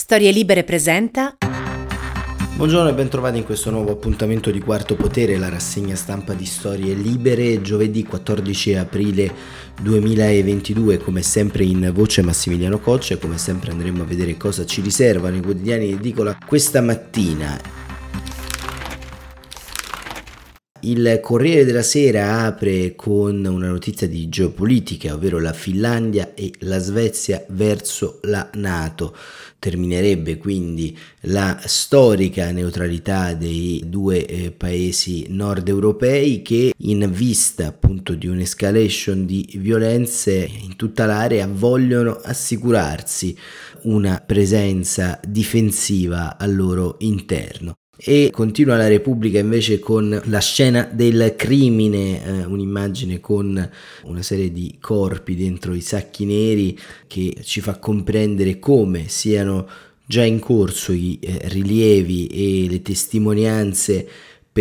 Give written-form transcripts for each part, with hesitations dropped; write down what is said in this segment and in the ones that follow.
Storie Libere presenta. Buongiorno e bentrovati in questo nuovo appuntamento di Quarto Potere, la rassegna stampa di Storie Libere, giovedì 14 aprile 2022, come sempre in voce Massimiliano Coccia e come sempre andremo a vedere cosa ci riservano i quotidiani di edicola questa mattina. Il Corriere della Sera apre con una notizia di geopolitica, ovvero la Finlandia e la Svezia verso la NATO. Terminerebbe quindi la storica neutralità dei due paesi nord europei che, in vista appunto di un'escalation di violenze in tutta l'area, vogliono assicurarsi una presenza difensiva al loro interno. E continua la Repubblica invece con la scena del crimine, un'immagine con una serie di corpi dentro i sacchi neri che ci fa comprendere come siano già in corso i rilievi e le testimonianze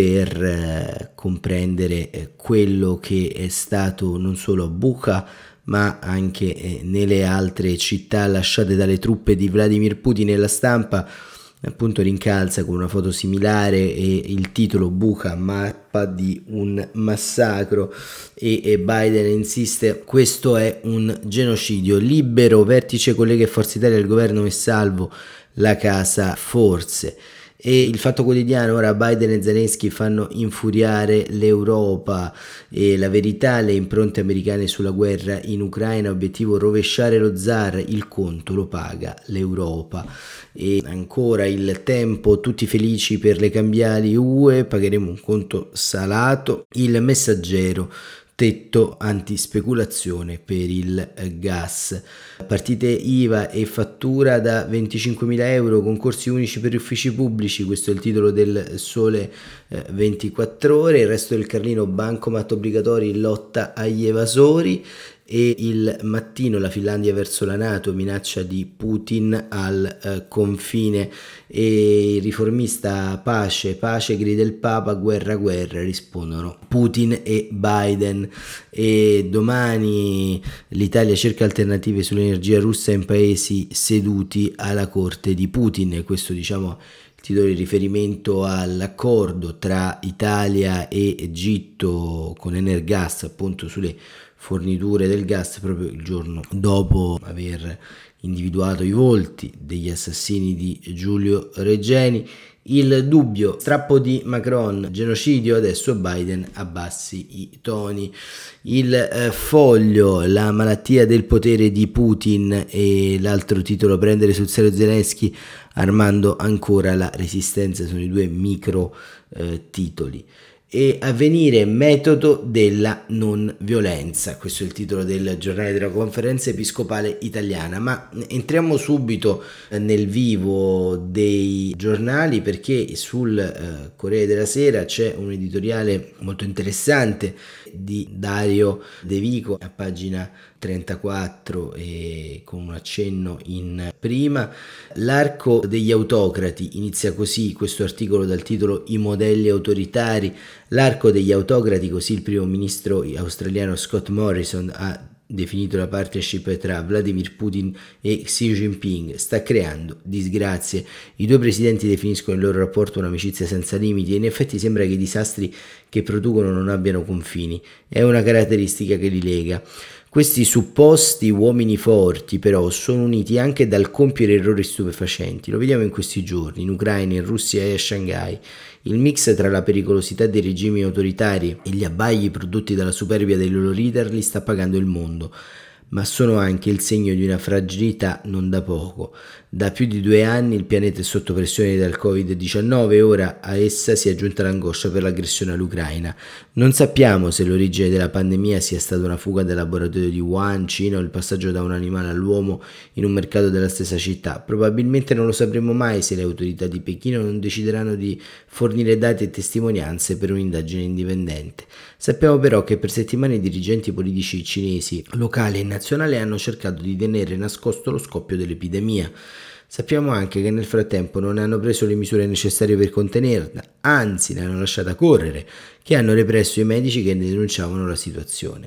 per comprendere quello che è stato non solo a Bucha ma anche nelle altre città lasciate dalle truppe di Vladimir Putin. E la stampa appunto rincalza con una foto similare e il titolo Bucha, mappa di un massacro, e Biden insiste: questo è un genocidio. Libero, vertice colleghe e Forza Italia, il governo è salvo, la casa forse. E il Fatto Quotidiano: ora Biden e Zelensky fanno infuriare l'Europa. E La Verità: le impronte americane sulla guerra in Ucraina, obiettivo rovesciare lo zar, il conto lo paga l'Europa. E ancora Il Tempo: tutti felici per le cambiali UE, pagheremo un conto salato. Il Messaggero: tetto antispeculazione per il gas. Partite IVA e fattura da 25.000 euro, concorsi unici per gli uffici pubblici, questo è il titolo del Sole 24 Ore. Il Resto del Carlino: bancomat obbligatori in lotta agli evasori. E Il Mattino: la Finlandia verso la NATO, minaccia di Putin al confine. E Il Riformista: pace, pace, grida il Papa, guerra, guerra, rispondono Putin e Biden. E Domani: l'Italia cerca alternative sull'energia russa in paesi seduti alla corte di Putin. E questo, diciamo, il titolo di riferimento all'accordo tra Italia e Egitto con Energas, appunto sulle forniture del gas, proprio il giorno dopo aver individuato i volti degli assassini di Giulio Regeni. Il Dubbio: strappo di Macron, genocidio, adesso Biden abbassi i toni. Il Foglio: la malattia del potere di Putin. E l'altro titolo: prendere sul serio Zelensky armando ancora la resistenza. Sono i due micro titoli. E Avvenire: metodo della non violenza, questo è il titolo del giornale della Conferenza Episcopale Italiana. Ma entriamo subito nel vivo dei giornali, perché sul Corriere della Sera c'è un editoriale molto interessante di Dario De Vico a pagina 34 e con un accenno in prima. L'arco degli autocrati, inizia così questo articolo dal titolo I modelli autoritari. L'arco degli autocrati, così il primo ministro australiano Scott Morrison ha definito la partnership tra Vladimir Putin e Xi Jinping, sta creando disgrazie. I due presidenti definiscono il loro rapporto un'amicizia senza limiti e in effetti sembra che i disastri che producono non abbiano confini. È una caratteristica che li lega. Questi supposti uomini forti però sono uniti anche dal compiere errori stupefacenti. Lo vediamo in questi giorni, in Ucraina, in Russia e a Shanghai. Il mix tra la pericolosità dei regimi autoritari e gli abbagli prodotti dalla superbia dei loro leader li sta pagando il mondo, ma sono anche il segno di una fragilità non da poco. Da più di 2 anni il pianeta è sotto pressione dal Covid-19 e ora a essa si è aggiunta l'angoscia per l'aggressione all'Ucraina. Non sappiamo se l'origine della pandemia sia stata una fuga dal laboratorio di Wuhan, Cina, o il passaggio da un animale all'uomo in un mercato della stessa città. Probabilmente non lo sapremo mai se le autorità di Pechino non decideranno di fornire dati e testimonianze per un'indagine indipendente. Sappiamo però che per settimane i dirigenti politici cinesi, locali e nazionali, hanno cercato di tenere nascosto lo scoppio dell'epidemia. Sappiamo anche che nel frattempo non hanno preso le misure necessarie per contenerla, anzi ne hanno lasciata correre, che hanno represso i medici che denunciavano la situazione.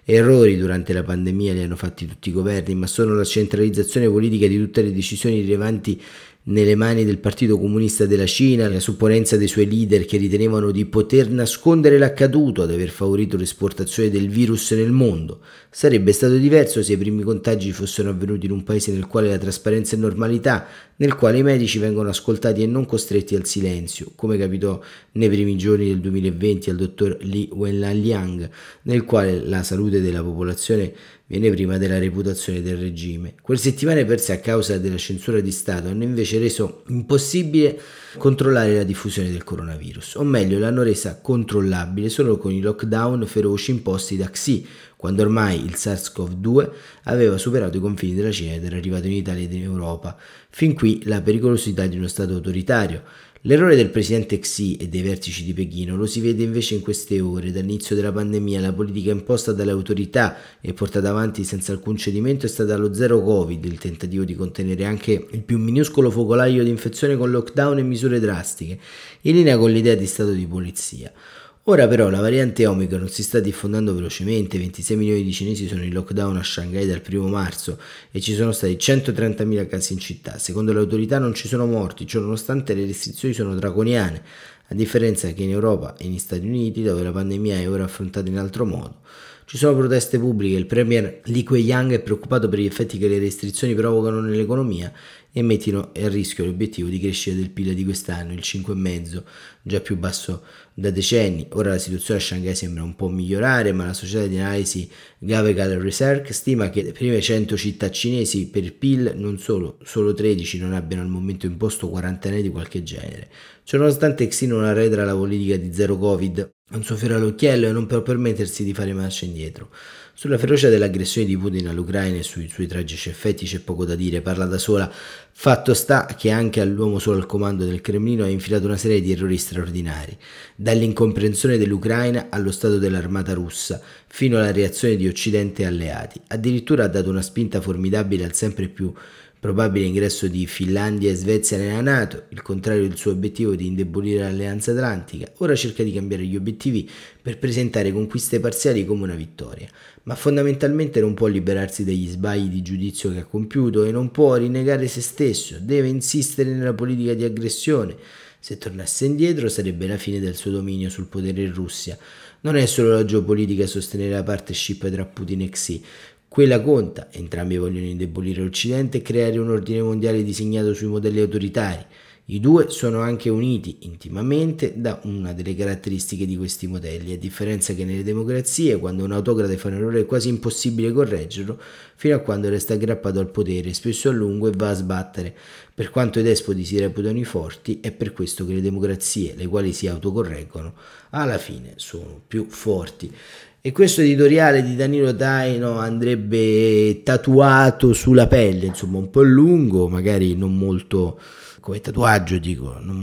Errori durante la pandemia li hanno fatti tutti i governi, ma sono la centralizzazione politica di tutte le decisioni rilevanti nelle mani del Partito Comunista della Cina, la supponenza dei suoi leader che ritenevano di poter nascondere l'accaduto ad aver favorito l'esportazione del virus nel mondo. Sarebbe stato diverso se i primi contagi fossero avvenuti in un paese nel quale la trasparenza è normalità, nel quale i medici vengono ascoltati e non costretti al silenzio, come capitò nei primi giorni del 2020 al dottor Li Wenliang, nel quale la salute della popolazione viene prima della reputazione del regime. Quelle settimane perse a causa della censura di Stato hanno invece reso impossibile controllare la diffusione del coronavirus, o meglio l'hanno resa controllabile solo con i lockdown feroci imposti da Xi, quando ormai il SARS-CoV-2 aveva superato i confini della Cina ed era arrivato in Italia ed in Europa. Fin qui la pericolosità di uno Stato autoritario. L'errore del presidente Xi e dei vertici di Pechino lo si vede invece in queste ore. Dall'inizio della pandemia la politica imposta dalle autorità e portata avanti senza alcun cedimento è stata lo zero Covid, il tentativo di contenere anche il più minuscolo focolaio di infezione con lockdown e misure drastiche, in linea con l'idea di stato di polizia. Ora però la variante Omicron si sta diffondendo velocemente, 26 milioni di cinesi sono in lockdown a Shanghai dal 1 marzo e ci sono stati 130.000 casi in città. Secondo le autorità non ci sono morti, ciò nonostante le restrizioni sono draconiane, a differenza che in Europa e negli Stati Uniti, dove la pandemia è ora affrontata in altro modo. Ci sono proteste pubbliche, il premier Li Keqiang è preoccupato per gli effetti che le restrizioni provocano nell'economia e mettono a rischio l'obiettivo di crescita del PIL di quest'anno, il 5,5, già più basso da decenni. Ora la situazione a Shanghai sembra un po' migliorare, ma la società di analisi Gavegal Research stima che le prime 100 città cinesi per PIL non solo 13 non abbiano al momento imposto quarantene di qualche genere. Ciononostante Xi non arredra la politica di zero Covid, non sofferà l'occhiello e non può permettersi di fare marcia indietro. Sulla ferocia dell'aggressione di Putin all'Ucraina e sui suoi tragici effetti c'è poco da dire, parla da sola. Fatto sta che anche all'uomo solo al comando del Cremlino ha infilato una serie di errori straordinari, dall'incomprensione dell'Ucraina allo stato dell'armata russa, fino alla reazione di Occidente e alleati. Addirittura ha dato una spinta formidabile al sempre più probabile ingresso di Finlandia e Svezia nella NATO, il contrario del suo obiettivo di indebolire l'Alleanza Atlantica. Ora cerca di cambiare gli obiettivi per presentare conquiste parziali come una vittoria, ma fondamentalmente non può liberarsi dagli sbagli di giudizio che ha compiuto e non può rinnegare se stesso, deve insistere nella politica di aggressione. Se tornasse indietro sarebbe la fine del suo dominio sul potere in Russia. Non è solo la geopolitica a sostenere la partnership tra Putin e Xi. Quella conta, entrambi vogliono indebolire l'Occidente e creare un ordine mondiale disegnato sui modelli autoritari. I due sono anche uniti intimamente da una delle caratteristiche di questi modelli, a differenza che nelle democrazie, quando un autocrate fa un errore è quasi impossibile correggerlo, fino a quando resta aggrappato al potere, spesso a lungo, e va a sbattere. Per quanto i despoti si reputano i forti, è per questo che le democrazie, le quali si autocorreggono, alla fine sono più forti. E questo editoriale di Danilo Taino andrebbe tatuato sulla pelle, insomma un po' lungo, magari non molto, come tatuaggio dico, non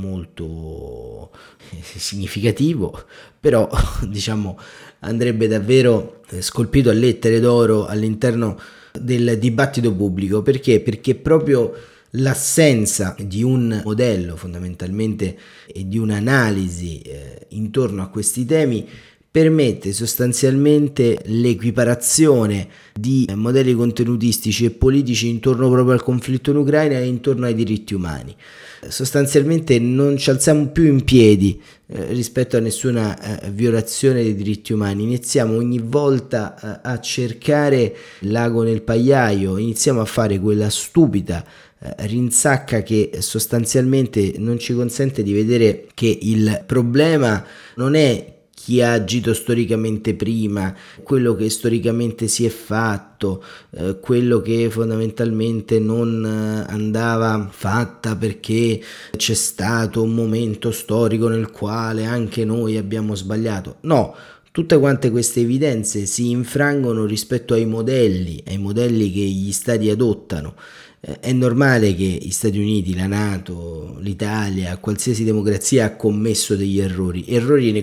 molto significativo, però diciamo andrebbe davvero scolpito a lettere d'oro all'interno del dibattito pubblico. Perché? Perché proprio l'assenza di un modello fondamentalmente e di un'analisi intorno a questi temi permette sostanzialmente l'equiparazione di modelli contenutistici e politici intorno proprio al conflitto in Ucraina e intorno ai diritti umani. Sostanzialmente non ci alziamo più in piedi rispetto a nessuna violazione dei diritti umani, iniziamo ogni volta a cercare l'ago nel pagliaio, iniziamo a fare quella stupida rinsacca che sostanzialmente non ci consente di vedere che il problema non è chi ha agito storicamente prima, quello che storicamente si è fatto, quello che fondamentalmente non andava fatta perché c'è stato un momento storico nel quale anche noi abbiamo sbagliato. No, tutte quante queste evidenze si infrangono rispetto ai modelli che gli stati adottano. È normale che gli Stati Uniti, la NATO, l'Italia, qualsiasi democrazia ha commesso degli errori ne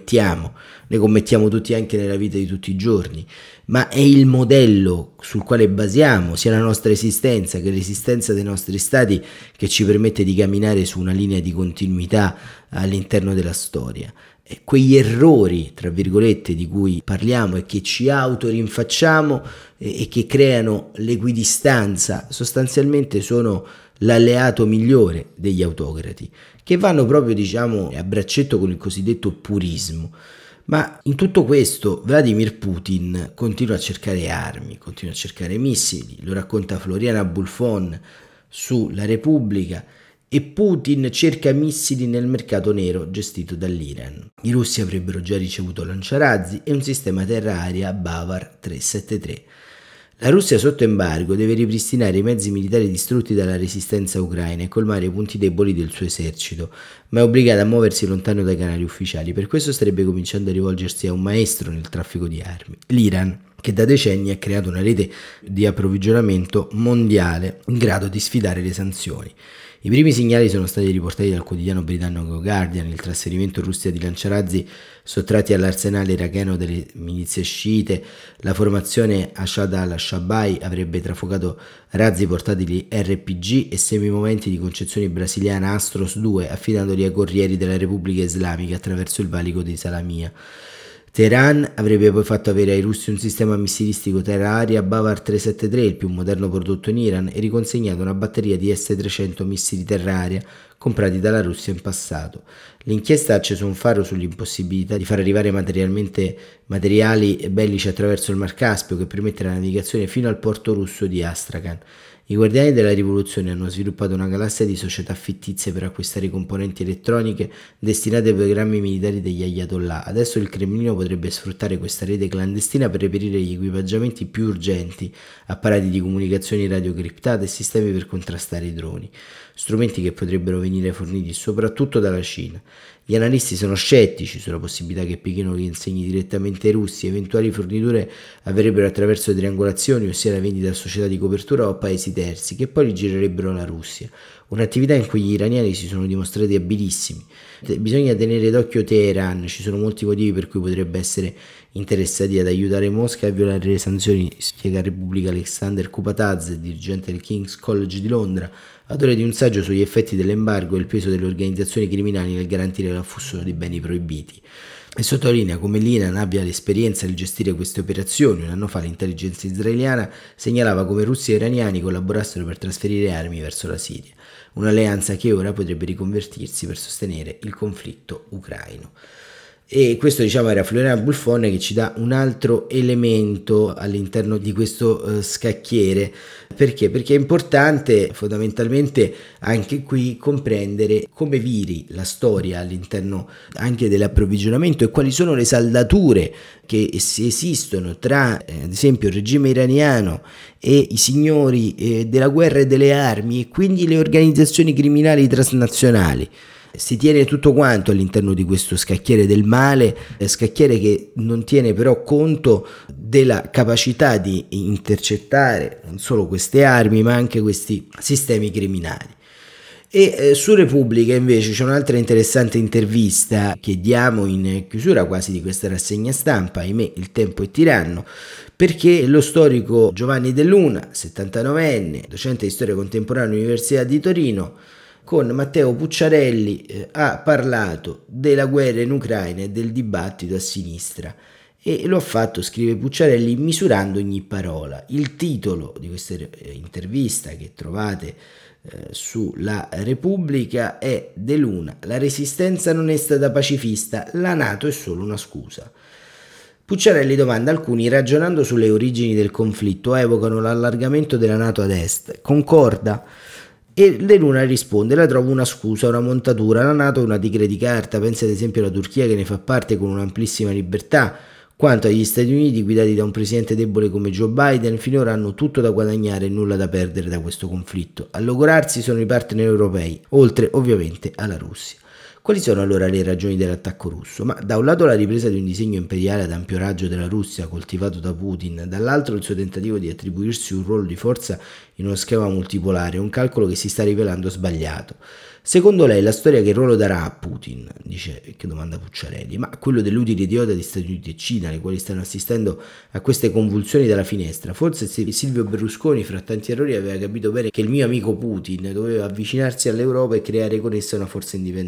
commettiamo tutti anche nella vita di tutti i giorni, ma è il modello sul quale basiamo sia la nostra esistenza che l'esistenza dei nostri stati che ci permette di camminare su una linea di continuità all'interno della storia. quegli errori, tra virgolette, di cui parliamo e che ci autorinfacciamo e che creano l'equidistanza, sostanzialmente sono l'alleato migliore degli autocrati, che vanno proprio, diciamo, a braccetto con il cosiddetto purismo. Ma in tutto questo Vladimir Putin continua a cercare armi, continua a cercare missili, lo racconta Floriana Bulfon su La Repubblica, e Putin cerca missili nel mercato nero gestito dall'Iran. I russi avrebbero già ricevuto lanciarazzi e un sistema terra-aria Bavar 373. La Russia sotto embargo deve ripristinare i mezzi militari distrutti dalla resistenza ucraina e colmare i punti deboli del suo esercito, ma è obbligata a muoversi lontano dai canali ufficiali. Per questo starebbe cominciando a rivolgersi a un maestro nel traffico di armi, l'Iran, che da decenni ha creato una rete di approvvigionamento mondiale in grado di sfidare le sanzioni. I primi segnali sono stati riportati dal quotidiano britannico Guardian: il trasferimento in Russia di lanciarazzi sottratti all'arsenale iracheno delle milizie sciite. La formazione Ashad al-Shabai avrebbe trafugato razzi portatili RPG e semimoventi di concezione brasiliana Astros 2, affidandoli ai corrieri della Repubblica Islamica attraverso il valico di Salamia. Teheran avrebbe poi fatto avere ai russi un sistema missilistico terra-aria Bavar 373, il più moderno prodotto in Iran, e riconsegnato una batteria di S-300 missili terra-aria comprati dalla Russia in passato. L'inchiesta ha acceso un faro sull'impossibilità di far arrivare materiali bellici attraverso il Mar Caspio, che permette la navigazione fino al porto russo di Astrakhan. I guardiani della rivoluzione hanno sviluppato una galassia di società fittizie per acquistare componenti elettroniche destinate ai programmi militari degli Ayatollah. Adesso il Cremlino potrebbe sfruttare questa rete clandestina per reperire gli equipaggiamenti più urgenti, apparati di comunicazioni radiocriptate e sistemi per contrastare i droni, strumenti che potrebbero venire forniti soprattutto dalla Cina. Gli analisti sono scettici sulla possibilità che Pechino li insegni direttamente ai russi. Eventuali forniture avverrebbero attraverso triangolazioni, ossia la vendita a società di copertura o a paesi terzi, che poi rigirerebbero la Russia. Un'attività in cui gli iraniani si sono dimostrati abilissimi. Bisogna tenere d'occhio Teheran, ci sono molti motivi per cui potrebbe essere interessati ad aiutare Mosca a violare le sanzioni, spiega Repubblica Alexander Kupataz, dirigente del King's College di Londra, autore di un saggio sugli effetti dell'embargo e il peso delle organizzazioni criminali nel garantire l'afflusso di beni proibiti. E sottolinea come l'Iran abbia l'esperienza di gestire queste operazioni. Un anno fa l'intelligence israeliana segnalava come russi e iraniani collaborassero per trasferire armi verso la Siria, un'alleanza che ora potrebbe riconvertirsi per sostenere il conflitto ucraino. E questo, diciamo, era Floriana Bulfon, che ci dà un altro elemento all'interno di questo scacchiere. Perché? Perché è importante fondamentalmente anche qui comprendere come viri la storia all'interno anche dell'approvvigionamento e quali sono le saldature che esistono tra ad esempio il regime iraniano e i signori della guerra e delle armi, e quindi le organizzazioni criminali transnazionali. Si tiene tutto quanto all'interno di questo scacchiere del male, scacchiere che non tiene però conto della capacità di intercettare non solo queste armi ma anche questi sistemi criminali. E su Repubblica invece c'è un'altra interessante intervista che diamo in chiusura quasi di questa rassegna stampa. Ahimè, il tempo è tiranno, perché lo storico Giovanni Dell'Una, 79enne, docente di storia contemporanea all'Università di Torino, con Matteo Pucciarelli ha parlato della guerra in Ucraina e del dibattito a sinistra, e lo ha fatto, scrive Pucciarelli, misurando ogni parola. Il titolo di questa intervista, che trovate sulla Repubblica, è Dell'Una: la resistenza non è stata pacifista, la NATO è solo una scusa. Pucciarelli domanda: alcuni, ragionando sulle origini del conflitto, evocano l'allargamento della NATO ad est. Concorda? E Dell'Una risponde: la trovo una scusa, una montatura. La NATO è una tigre di carta. Pensi ad esempio alla Turchia, che ne fa parte con un'amplissima libertà. Quanto agli Stati Uniti, guidati da un presidente debole come Joe Biden, finora hanno tutto da guadagnare e nulla da perdere da questo conflitto. A logorarsi sono i partner europei, oltre ovviamente alla Russia. Quali sono allora le ragioni dell'attacco russo? Ma da un lato la ripresa di un disegno imperiale ad ampio raggio della Russia coltivato da Putin, dall'altro il suo tentativo di attribuirsi un ruolo di forza in uno schema multipolare, un calcolo che si sta rivelando sbagliato. Secondo lei la storia che ruolo darà a Putin? Dice, che domanda Pucciarelli. Ma quello dell'utile idiota di Stati Uniti e Cina, le quali stanno assistendo a queste convulsioni dalla finestra. Forse Silvio Berlusconi, fra tanti errori, aveva capito bene che il mio amico Putin doveva avvicinarsi all'Europa e creare con essa una forza indipendente.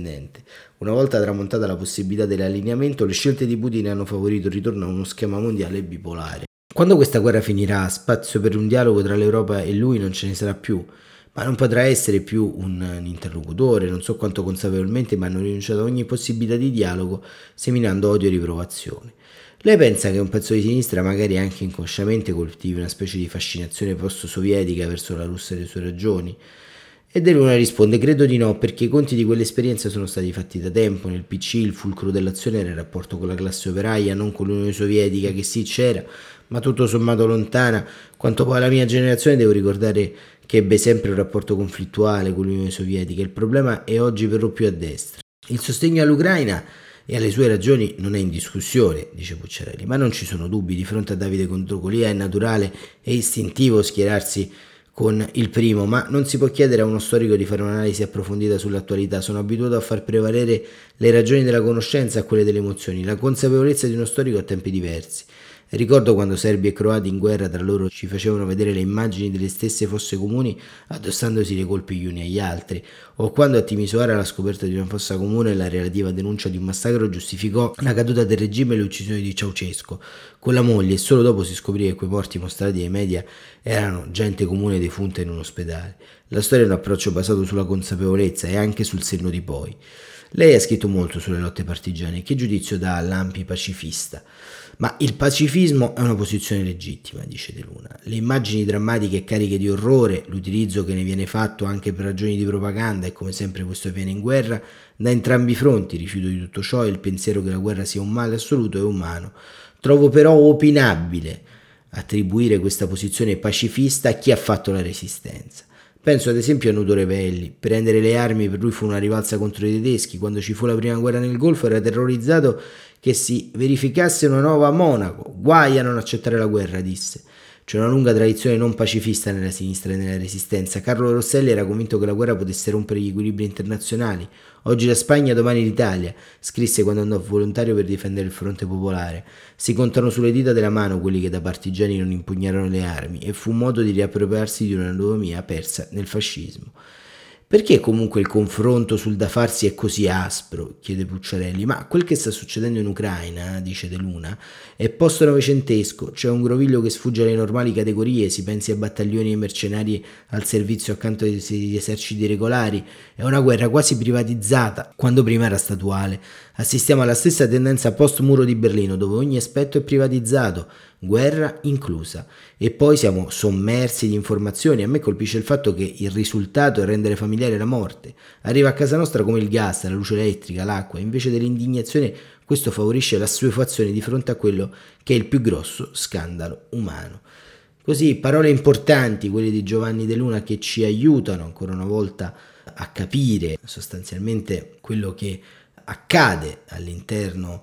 Una volta tramontata la possibilità dell'allineamento, le scelte di Putin hanno favorito il ritorno a uno schema mondiale bipolare. Quando questa guerra finirà, spazio per un dialogo tra l'Europa e lui non ce ne sarà più, ma non potrà essere più un interlocutore, non so quanto consapevolmente, ma hanno rinunciato a ogni possibilità di dialogo, seminando odio e riprovazione. Lei pensa che un pezzo di sinistra, magari anche inconsciamente, coltivi una specie di fascinazione post-sovietica verso la Russia e le sue ragioni? E De Luna risponde: credo di no, perché i conti di quell'esperienza sono stati fatti da tempo. Nel PC il fulcro dell'azione era il rapporto con la classe operaia, non con l'Unione Sovietica, che sì c'era, ma tutto sommato lontana. Quanto poi alla mia generazione, devo ricordare che ebbe sempre un rapporto conflittuale con l'Unione Sovietica. Il problema è oggi per lo più a destra. Il sostegno all'Ucraina e alle sue ragioni non è in discussione, dice Pucciarelli, ma non ci sono dubbi. Di fronte a Davide contro Golia è naturale e istintivo schierarsi con il primo, ma non si può chiedere a uno storico di fare un'analisi approfondita sull'attualità. Sono abituato a far prevalere le ragioni della conoscenza a quelle delle emozioni, la consapevolezza di uno storico a tempi diversi. Ricordo quando serbi e croati in guerra tra loro ci facevano vedere le immagini delle stesse fosse comuni addossandosi le colpe gli uni agli altri, o quando a Timisoara la scoperta di una fossa comune e la relativa denuncia di un massacro giustificò la caduta del regime e l'uccisione di Ceausescu con la moglie, e solo dopo si scoprì che quei morti mostrati ai media erano gente comune defunta in un ospedale. La storia è un approccio basato sulla consapevolezza e anche sul senno di poi. Lei ha scritto molto sulle lotte partigiane. Che giudizio dà all'ampipacifista? Ma il pacifismo è una posizione legittima, dice De Luna. Le immagini drammatiche e cariche di orrore, l'utilizzo che ne viene fatto anche per ragioni di propaganda, e come sempre questo avviene in guerra, da entrambi i fronti, il rifiuto di tutto ciò e il pensiero che la guerra sia un male assoluto e umano. Trovo però opinabile attribuire questa posizione pacifista a chi ha fatto la resistenza. Penso ad esempio a Nudo Repelli. Prendere le armi per lui fu una rivalsa contro i tedeschi. Quando ci fu la prima guerra nel Golfo era terrorizzato che si verificasse una nuova Monaco. Guai a non accettare la guerra, disse. C'è una lunga tradizione non pacifista nella sinistra e nella resistenza. Carlo Rosselli era convinto che la guerra potesse rompere gli equilibri internazionali. Oggi la Spagna, domani l'Italia, scrisse quando andò volontario per difendere il fronte popolare. Si contano sulle dita della mano quelli che da partigiani non impugnarono le armi, e fu un modo di riappropriarsi di una autonomia persa nel fascismo. Perché comunque il confronto sul da farsi è così aspro? Chiede Pucciarelli. Ma quel che sta succedendo in Ucraina, dice De Luna, è post-novecentesco. C'è un groviglio che sfugge alle normali categorie, si pensi a battaglioni e mercenari al servizio accanto agli eserciti regolari. È una guerra quasi privatizzata, quando prima era statuale. Assistiamo alla stessa tendenza post-muro di Berlino, dove ogni aspetto è privatizzato, guerra inclusa. E poi siamo sommersi di informazioni. A me colpisce il fatto che il risultato è rendere familiare la morte. Arriva a casa nostra come il gas, la luce elettrica, l'acqua. Invece dell'indignazione, questo favorisce l'assuefazione di fronte a quello che è il più grosso scandalo umano. Così, parole importanti, quelle di Giovanni De Luna, che ci aiutano ancora una volta a capire sostanzialmente quello che accade all'interno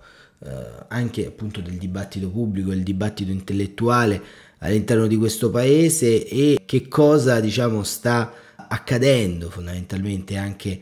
anche appunto del dibattito pubblico, il dibattito intellettuale all'interno di questo paese, e che cosa sta accadendo fondamentalmente anche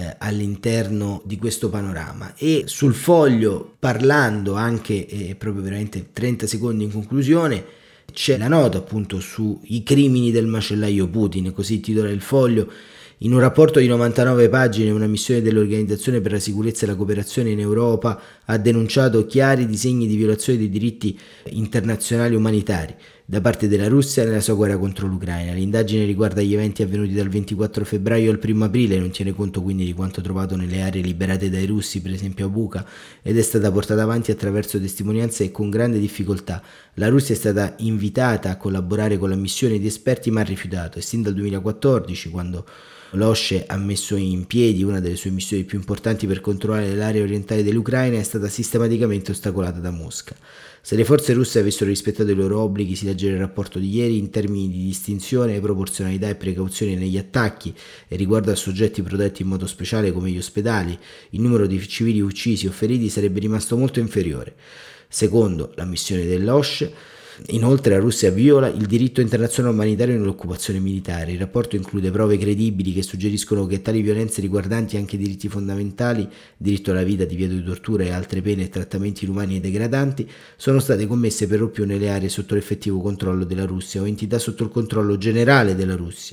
all'interno di questo panorama. E sul Foglio, parlando anche proprio veramente 30 secondi in conclusione, c'è la nota appunto sui crimini del macellaio Putin, così titola il Foglio. In un rapporto di 99 pagine, una missione dell'Organizzazione per la sicurezza e la cooperazione in Europa ha denunciato chiari disegni di violazione dei diritti internazionali umanitari da parte della Russia nella sua guerra contro l'Ucraina. L'indagine riguarda gli eventi avvenuti dal 24 febbraio al 1 aprile, non tiene conto quindi di quanto trovato nelle aree liberate dai russi, per esempio a Bucha, ed è stata portata avanti attraverso testimonianze e con grande difficoltà. La Russia è stata invitata a collaborare con la missione di esperti, ma ha rifiutato, e sin dal 2014, quando l'OSCE ha messo in piedi una delle sue missioni più importanti per controllare l'area orientale dell'Ucraina, è stata sistematicamente ostacolata da Mosca. Se le forze russe avessero rispettato i loro obblighi, si legge nel rapporto di ieri, in termini di distinzione, proporzionalità e precauzione negli attacchi e riguardo a soggetti protetti in modo speciale come gli ospedali, il numero di civili uccisi o feriti sarebbe rimasto molto inferiore. Secondo la missione dell'OSCE, inoltre la Russia viola il diritto internazionale umanitario nell'occupazione militare. Il rapporto include prove credibili che suggeriscono che tali violenze riguardanti anche i diritti fondamentali, diritto alla vita, divieto di tortura e altre pene e trattamenti inumani e degradanti, sono state commesse per lo più nelle aree sotto l'effettivo controllo della Russia o entità sotto il controllo generale della Russia.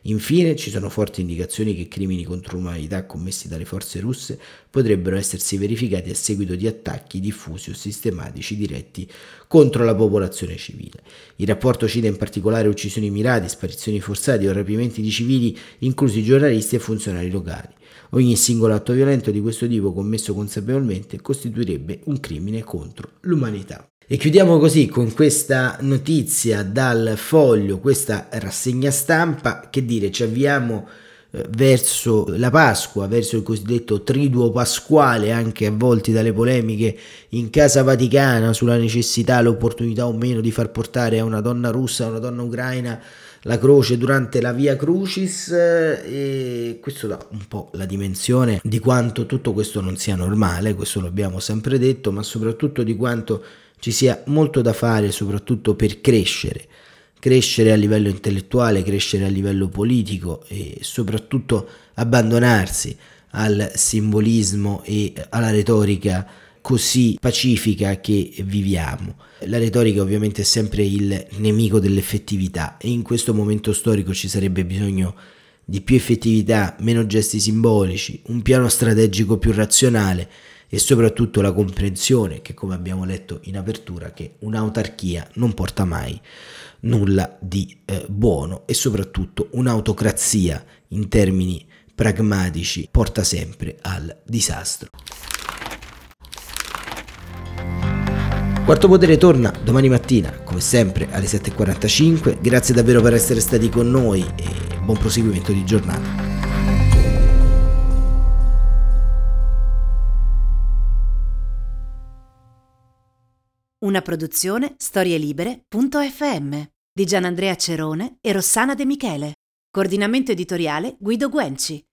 Infine, ci sono forti indicazioni che crimini contro l'umanità commessi dalle forze russe potrebbero essersi verificati a seguito di attacchi diffusi o sistematici diretti contro la popolazione civile. Il rapporto cita in particolare uccisioni mirate, sparizioni forzate o rapimenti di civili, inclusi giornalisti e funzionari locali. Ogni singolo atto violento di questo tipo commesso consapevolmente costituirebbe un crimine contro l'umanità. E chiudiamo così con questa notizia dal Foglio, questa rassegna stampa. Che dire, ci avviamo verso la Pasqua, verso il cosiddetto triduo pasquale, anche avvolti dalle polemiche in Casa Vaticana sulla necessità, l'opportunità o meno di far portare a una donna russa, a una donna ucraina, la croce durante la Via Crucis, e questo dà un po' la dimensione di quanto tutto questo non sia normale, questo lo abbiamo sempre detto, ma soprattutto di quanto ci sia molto da fare, soprattutto per crescere a livello intellettuale, crescere a livello politico e soprattutto abbandonarsi al simbolismo e alla retorica così pacifica che viviamo. La retorica ovviamente è sempre il nemico dell'effettività e in questo momento storico ci sarebbe bisogno di più effettività, meno gesti simbolici, un piano strategico più razionale e soprattutto la comprensione che, come abbiamo letto in apertura, che un'autarchia non porta mai nulla di buono e soprattutto un'autocrazia in termini pragmatici porta sempre al disastro. Quarto Potere torna domani mattina, come sempre, alle 7:45. Grazie davvero per essere stati con noi e buon proseguimento di giornata. Una produzione storielibere.fm di Gianandrea Cerone e Rossana De Michele. Coordinamento editoriale Guido Guenci.